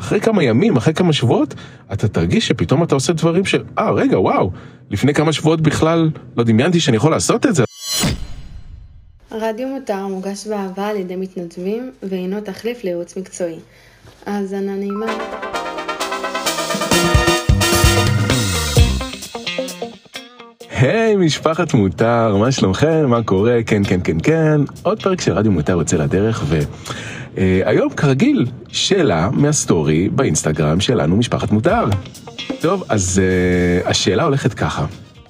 אחרי כמה ימים, אחרי כמה שבועות, אתה תרגיש שפתאום אתה עושה דברים רגע, וואו, לפני כמה שבועות בכלל לא דמיינתי שאני יכול לעשות את זה. רדיו מותר מוגש באהבה על ידי מתנדבים, והינו תחליף לייעוץ מקצועי. האזנה נעימה. היי, משפחת מותר, מה שלומכם? מה קורה? כן. עוד פרק של רדיו מותר יוצא לדרך, והיום כרגיל שאלה מהסטורי באינסטגרם שלנו, משפחת מותר. טוב, אז השאלה הולכת ככה.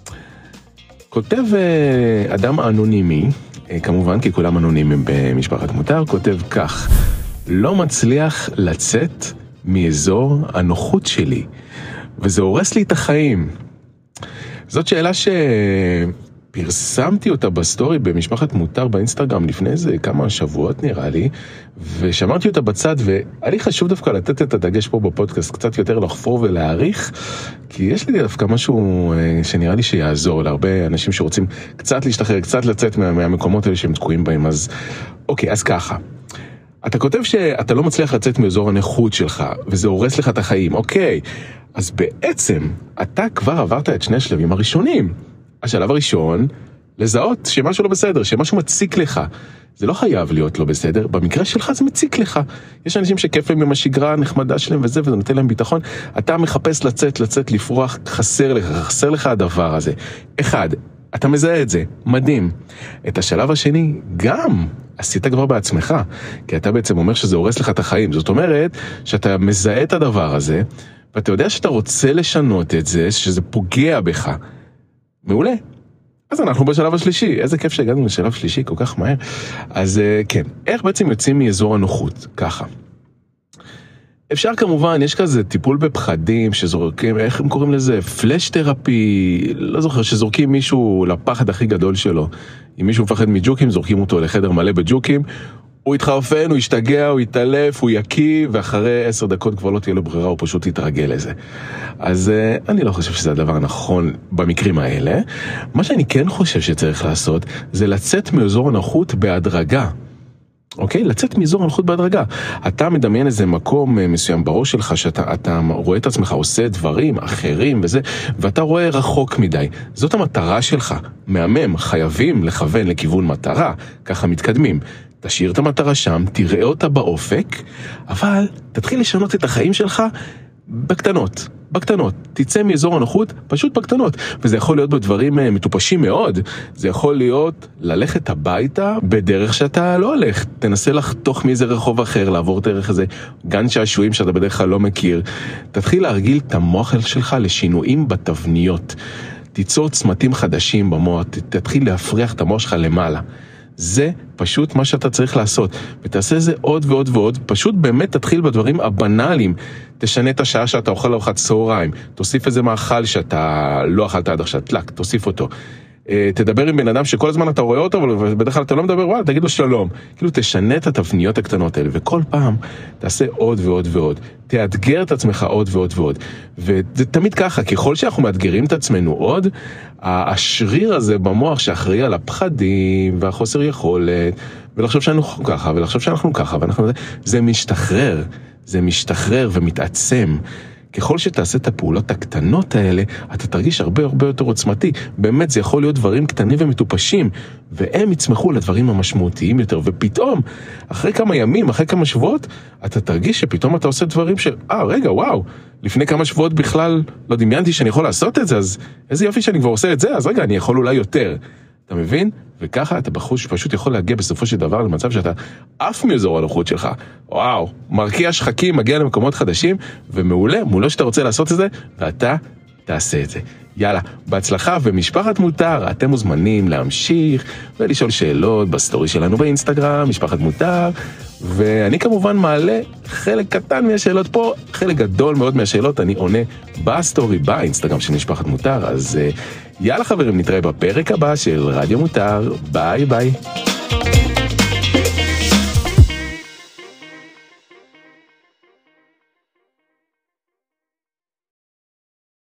כותב אדם אנונימי, כמובן כי כולם אנונימים במשפחת מותר, כותב כך: לא מצליח לצאת מאזור הנוחות שלי, וזה הורס לי את החיים. זאת שאלה שפרסמתי אותה בסטורי במשפחת מותר באינסטגרם לפני איזה כמה שבועות נראה לי, ושמרתי אותה בצד, והיה לי חשוב דווקא לתת את הדגש פה בפודקאסט, קצת יותר לחפור ולהעריך, כי יש לי דווקא משהו שנראה לי שיעזור להרבה אנשים שרוצים קצת להשתחרר, קצת לצאת מהמקומות האלה שהם תקועים בהם. אז אוקיי, אז ככה. אתה כותב שאתה לא מצליח לצאת מאזור הנוחות שלך, וזה הורס לך את החיים. אוקיי, אז בעצם אתה כבר עברת את שני השלבים הראשונים. השלב הראשון, לזהות שמשהו לא בסדר, שמשהו מציק לך. זה לא חייב להיות לא בסדר, במקרה שלך זה מציק לך. יש אנשים שכיף להם עם השגרה הנחמדה שלהם וזה נותן להם ביטחון. אתה מחפש לצאת, לפרוח, חסר לך הדבר הזה. אחד, אתה מזהה את זה, מדהים. את השלב השני, גם עשית כבר בעצמך, כי אתה בעצם אומר שזה הורס לך את החיים. זאת אומרת שאתה מזהה את הדבר הזה, ואתה יודע שאתה רוצה לשנות את זה, שזה פוגע בך. מעולה. אז אנחנו בשלב השלישי. איזה כיף שהגענו לשלב שלישי כל כך מהר. אז כן, איך בעצם יוצאים מאזור הנוחות? ככה. אפשר כמובן, יש כזה טיפול בפחדים שזורקים, איך הם קוראים לזה? פלש תרפי, לא זוכר, שזורקים מישהו לפחד הכי גדול שלו. אם מישהו מפחד מג'וקים, זורקים אותו לחדר מלא בג'וקים, הוא יתחרפן, הוא ישתגע, הוא יתעלף, הוא יקיא, ואחרי 10 דקות כבר לא תהיה לו ברירה, הוא פשוט יתרגל לזה. אז אני לא חושב שזה הדבר הנכון במקרים האלה. מה שאני כן חושב שצריך לעשות, זה לצאת מאזור הנוחות בהדרגה. אוקיי? לצאת מאזור הנוחות בהדרגה. אתה מדמיין איזה מקום מסוים בראש שלך, שאתה רואה את עצמך, עושה דברים אחרים וזה, ואתה רואה רחוק מדי. זאת המטרה שלך. מהמם, חייבים לכוון לכיוון מטרה, ככה מתקדמים. תשאיר את המטרה שם, תראה אותה באופק, אבל תתחיל לשנות את החיים שלך בקטנות. תצא מאזור הנוחות פשוט בקטנות, וזה יכול להיות בדברים מטופשים מאוד. זה יכול להיות ללכת הביתה בדרך שאתה לא הולך, תנסה לחתוך מאיזה רחוב אחר, לעבור דרך איזה גן שעשועים שאתה בדרך כלל לא מכיר. תתחיל להרגיל את המוח שלך לשינויים בתבניות, תיצור צמתים חדשים במוח, תתחיל להפריח את המוח שלך למעלה. זה פשוט מה שאתה צריך לעשות, ותעשה זה עוד ועוד ועוד. פשוט באמת תתחיל בדברים הבנאליים. תשנה את השעה שאתה אוכל ארוחת צהריים, תוסיף איזה מאכל שאתה לא אכלת עד עכשיו, תוסיף אותו. תדבר עם בן אדם שכל הזמן אתה רואה אותו, אבל בדרך כלל אתה לא מדבר, וואלה, תגיד לו שלום. כאילו תשנה את התבניות הקטנות האלה, וכל פעם תעשה עוד ועוד ועוד. תאתגר את עצמך עוד ועוד ועוד. וזה תמיד ככה, ככל שאנחנו מאתגרים את עצמנו עוד, השריר הזה במוח שאחראי על הפחדים והחוסר יכולת, ולחשוב שאנחנו ככה, ולחשוב שאנחנו ככה, זה משתחרר ומתעצם. ככל שתעשה את הפעולות הקטנות האלה, אתה תרגיש הרבה יותר עוצמתי. באמת, זה יכול להיות דברים קטנים ומטופשים, והם יצמחו לדברים המשמעותיים יותר, ופתאום, אחרי כמה ימים, אחרי כמה שבועות, אתה תרגיש שפתאום אתה עושה דברים רגע, וואו, לפני כמה שבועות בכלל לא דמיינתי שאני יכול לעשות את זה, אז איזה יופי שאני כבר עושה את זה, אז רגע, אני יכול אולי יותר. אתה מבין? וככה אתה פשוט יכול להגיע בסופו של דבר למצב שאתה אף מאזור הנוחות שלך. וואו, מרקיע שחקים, מגיע למקומות חדשים, ומעולה, מולו שאתה רוצה לעשות את זה, ואתה תעשה את זה. יאללה, בהצלחה, ומשפחת מותר, אתם מוזמנים להמשיך ולשאול שאלות בסטורי שלנו באינסטגרם, משפחת מותר, ואני כמובן מעלה חלק קטן מהשאלות פה, חלק גדול מאוד מהשאלות אני עונה בסטורי באינסטגרם של משפחת מותר. אז יאללה חברים, נתראה בפרק הבא של רדיו מותר, ביי ביי.